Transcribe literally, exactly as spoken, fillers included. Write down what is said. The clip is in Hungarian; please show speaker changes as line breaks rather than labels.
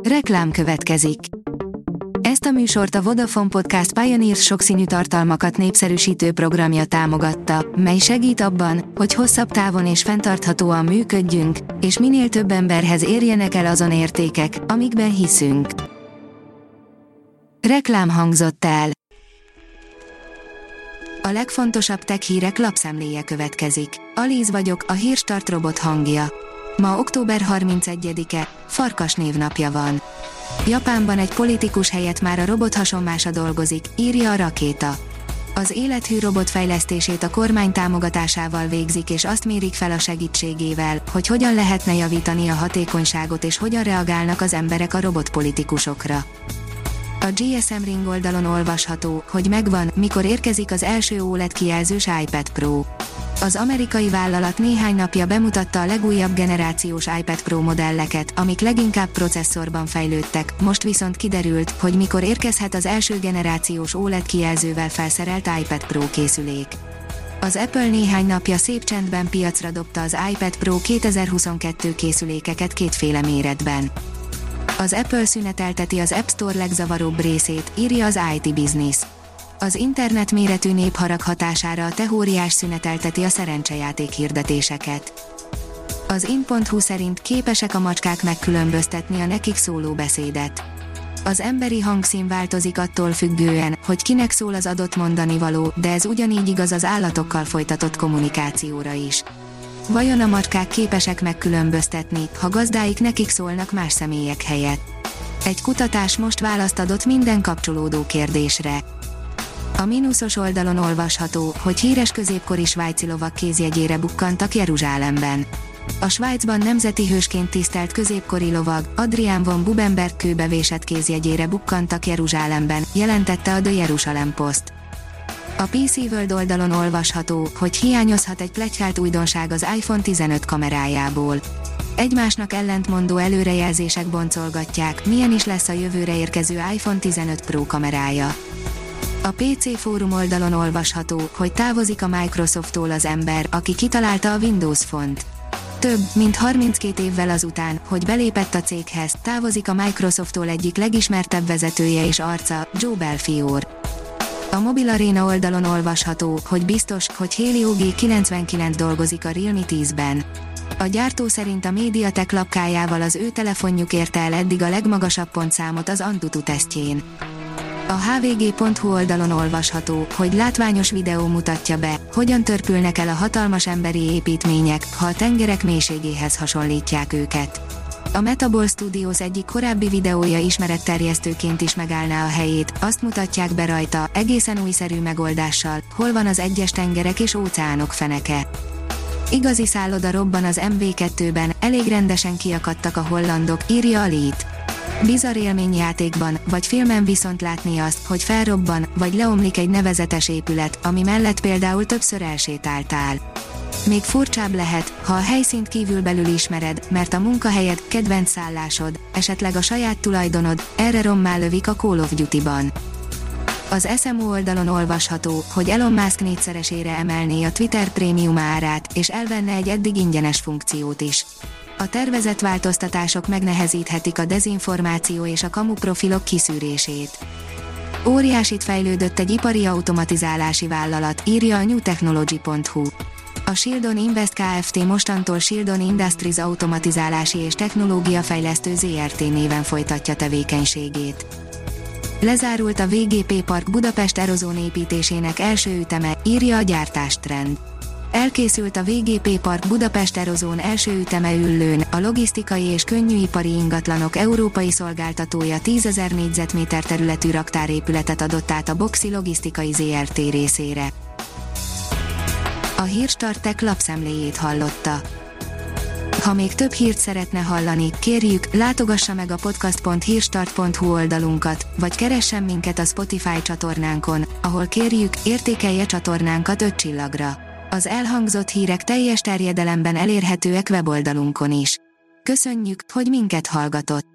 Reklám következik. Ezt a műsort a Vodafone Podcast Pioneers sokszínű tartalmakat népszerűsítő programja támogatta, mely segít abban, hogy hosszabb távon és fenntarthatóan működjünk, és minél több emberhez érjenek el azon értékek, amikben hiszünk. Reklám hangzott el. A legfontosabb tech hírek lapszemléje következik. Alíz vagyok, a Hírstart robot hangja. Ma október harmincegyedike, Farkas névnapja van. Japánban egy politikus helyett már a robothasonmása dolgozik, írja a Rakéta. Az élethű robot fejlesztését a kormány támogatásával végzik, és azt mérik fel a segítségével, hogy hogyan lehetne javítani a hatékonyságot és hogyan reagálnak az emberek a robotpolitikusokra. A gé es em Ring oldalon olvasható, hogy megvan, mikor érkezik az első ó el é dé kijelzős iPad Pro. Az amerikai vállalat néhány napja bemutatta a legújabb generációs iPad Pro modelleket, amik leginkább processzorban fejlődtek, most viszont kiderült, hogy mikor érkezhet az első generációs ó el é dé kijelzővel felszerelt iPad Pro készülék. Az Apple néhány napja szép csendben piacra dobta az iPad Pro kétezer-huszonkettő készülékeket kétféle méretben. Az Apple szünetelteti az App Store legzavaróbb részét, írja az i té Business. Az internet méretű népharag hatására a teóriás szünetelteti a szerencsejáték hirdetéseket. Az in pont hu szerint képesek a macskák megkülönböztetni a nekik szóló beszédet. Az emberi hangszín változik attól függően, hogy kinek szól az adott mondani való, de ez ugyanígy igaz az állatokkal folytatott kommunikációra is. Vajon a macskák képesek megkülönböztetni, ha gazdáik nekik szólnak más személyek helyett? Egy kutatás most választ adott minden kapcsolódó kérdésre. A mínuszos oldalon olvasható, hogy híres középkori svájci lovak kézjegyére bukkantak Jeruzsálemben. A Svájcban nemzeti hősként tisztelt középkori lovag, Adrián von Bubenberg kőbevésett kézjegyére bukkantak Jeruzsálemben, jelentette a The Jerusalem Post. A pé cé World oldalon olvasható, hogy hiányozhat egy pletykált újdonság az iPhone tizenöt kamerájából. Egymásnak ellentmondó előrejelzések boncolgatják, milyen is lesz a jövőre érkező iPhone tizenöt Pro kamerája. A pé cé Fórum oldalon olvasható, hogy távozik a Microsofttól az ember, aki kitalálta a Windows Phone-t. Több, mint harminckét évvel azután, hogy belépett a céghez, távozik a Microsofttól egyik legismertebb vezetője és arca, Joe Belfiore. A Mobil Arena oldalon olvasható, hogy biztos, hogy Helio gé kilencvenkilenc dolgozik a Realme tízben. A gyártó szerint a MediaTek lapkájával az ő telefonjuk érte el eddig a legmagasabb pontszámot az Antutu tesztjén. A há vé gé pont hu oldalon olvasható, hogy látványos videó mutatja be, hogyan törpülnek el a hatalmas emberi építmények, ha a tengerek mélységéhez hasonlítják őket. A Metaball Studios egyik korábbi videója ismeretterjesztőként is megállná a helyét, azt mutatják be rajta, egészen újszerű megoldással, hol van az egyes tengerek és óceánok feneke. Igazi szálloda robban az em vé kettőben, elég rendesen kiakadtak a hollandok, írja a Lét. Bizarr élményjátékban, vagy filmen viszont látni azt, hogy felrobban, vagy leomlik egy nevezetes épület, ami mellett például többször elsétáltál. Még furcsább lehet, ha a helyszínt kívülbelül ismered, mert a munkahelyed, kedvenc szállásod, esetleg a saját tulajdonod, erre rommá lövik a Call of Duty-ban. Az es em o oldalon olvasható, hogy Elon Musk négyszeresére emelné a Twitter prémium árát, és elvenne egy eddig ingyenes funkciót is. A tervezett változtatások megnehezíthetik a dezinformáció és a kamu profilok kiszűrését. Óriásit fejlődött egy ipari automatizálási vállalat, írja a new technology pont hu. A Shieldon Invest Kft. Mostantól Shieldon Industries automatizálási és technológiafejlesztő zé er té néven folytatja tevékenységét. Lezárult a vé gé pé Park Budapest Aerozone építésének első üteme, írja a Gyártástrend. Elkészült a vé gé pé Park Budapest Aerozone első üteme Üllőn, a logisztikai és könnyűipari ingatlanok európai szolgáltatója tízezer négyzetméter területű raktárépületet adott át a Boxi Logisztikai zé er té részére. A Hírstart Tech lapszemléjét hallotta. Ha még több hírt szeretne hallani, kérjük, látogassa meg a podcast pont hírstart pont hu oldalunkat, vagy keressen minket a Spotify csatornánkon, ahol kérjük, értékelje csatornánkat öt csillagra. Az elhangzott hírek teljes terjedelemben elérhetőek weboldalunkon is. Köszönjük, hogy minket hallgatott!